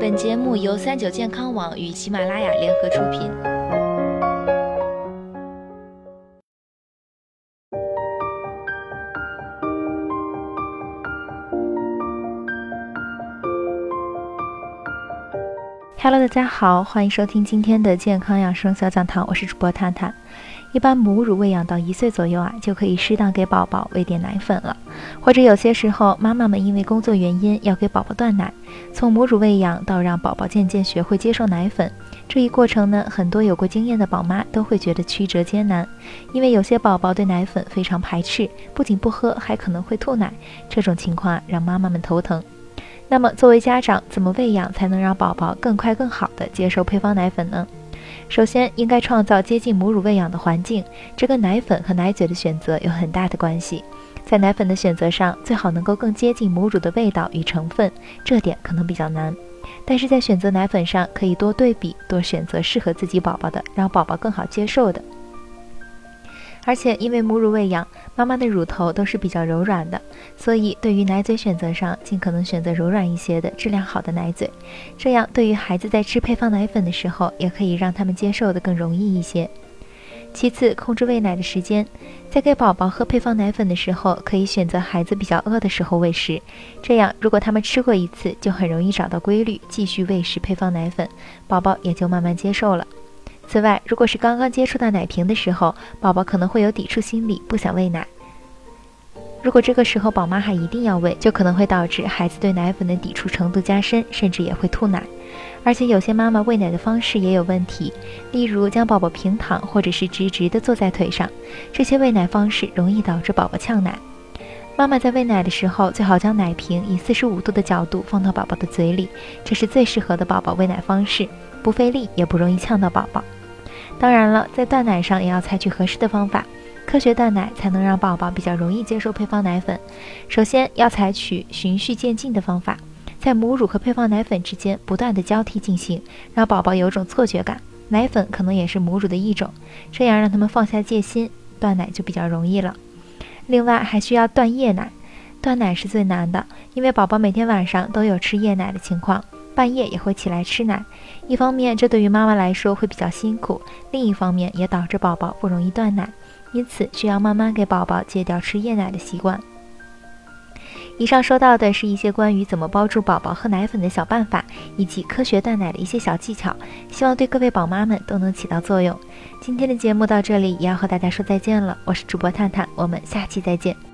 本节目由39健康网与喜马拉雅联合出品。Hello， 大家好，欢迎收听今天的健康养生小讲堂，我是主播探探。一般母乳喂养到1岁左右就可以适当给宝宝喂点奶粉了，或者有些时候妈妈们因为工作原因要给宝宝断奶，从母乳喂养到让宝宝渐渐学会接受奶粉，这一过程呢，很多有过经验的宝妈都会觉得曲折艰难，因为有些宝宝对奶粉非常排斥，不仅不喝，还可能会吐奶，这种情况让妈妈们头疼。那么作为家长，怎么喂养才能让宝宝更快更好地接受配方奶粉呢？首先应该创造接近母乳喂养的环境，这跟奶粉和奶嘴的选择有很大的关系。在奶粉的选择上，最好能够更接近母乳的味道与成分，这点可能比较难。但是在选择奶粉上，可以多对比，多选择适合自己宝宝的，让宝宝更好接受的。而且因为母乳喂养，妈妈的乳头都是比较柔软的，所以对于奶嘴选择上，尽可能选择柔软一些的质量好的奶嘴，这样对于孩子在吃配方奶粉的时候，也可以让他们接受的更容易一些。其次，控制喂奶的时间，在给宝宝喝配方奶粉的时候，可以选择孩子比较饿的时候喂食，这样如果他们吃过一次，就很容易找到规律，继续喂食配方奶粉，宝宝也就慢慢接受了。此外，如果是刚刚接触到奶瓶的时候，宝宝可能会有抵触心理，不想喂奶。如果这个时候宝妈还一定要喂，就可能会导致孩子对奶粉的抵触程度加深，甚至也会吐奶。而且有些妈妈喂奶的方式也有问题，例如将宝宝平躺或者是直直的坐在腿上，这些喂奶方式容易导致宝宝呛奶。妈妈在喂奶的时候，最好将奶瓶以45度的角度放到宝宝的嘴里，这是最适合的宝宝喂奶方式，不费力也不容易呛到宝宝。当然了，在断奶上也要采取合适的方法，科学断奶才能让宝宝比较容易接受配方奶粉。首先要采取循序渐进的方法，在母乳和配方奶粉之间不断的交替进行，让宝宝有种错觉感，奶粉可能也是母乳的一种，这样让他们放下戒心，断奶就比较容易了。另外还需要断夜奶，断奶是最难的，因为宝宝每天晚上都有吃夜奶的情况，半夜也会起来吃奶，一方面这对于妈妈来说会比较辛苦，另一方面也导致宝宝不容易断奶，因此需要慢慢给宝宝戒掉吃夜奶的习惯。以上说到的是一些关于怎么帮助宝宝喝奶粉的小办法，以及科学断奶的一些小技巧，希望对各位宝妈们都能起到作用。今天的节目到这里也要和大家说再见了，我是主播探探，我们下期再见。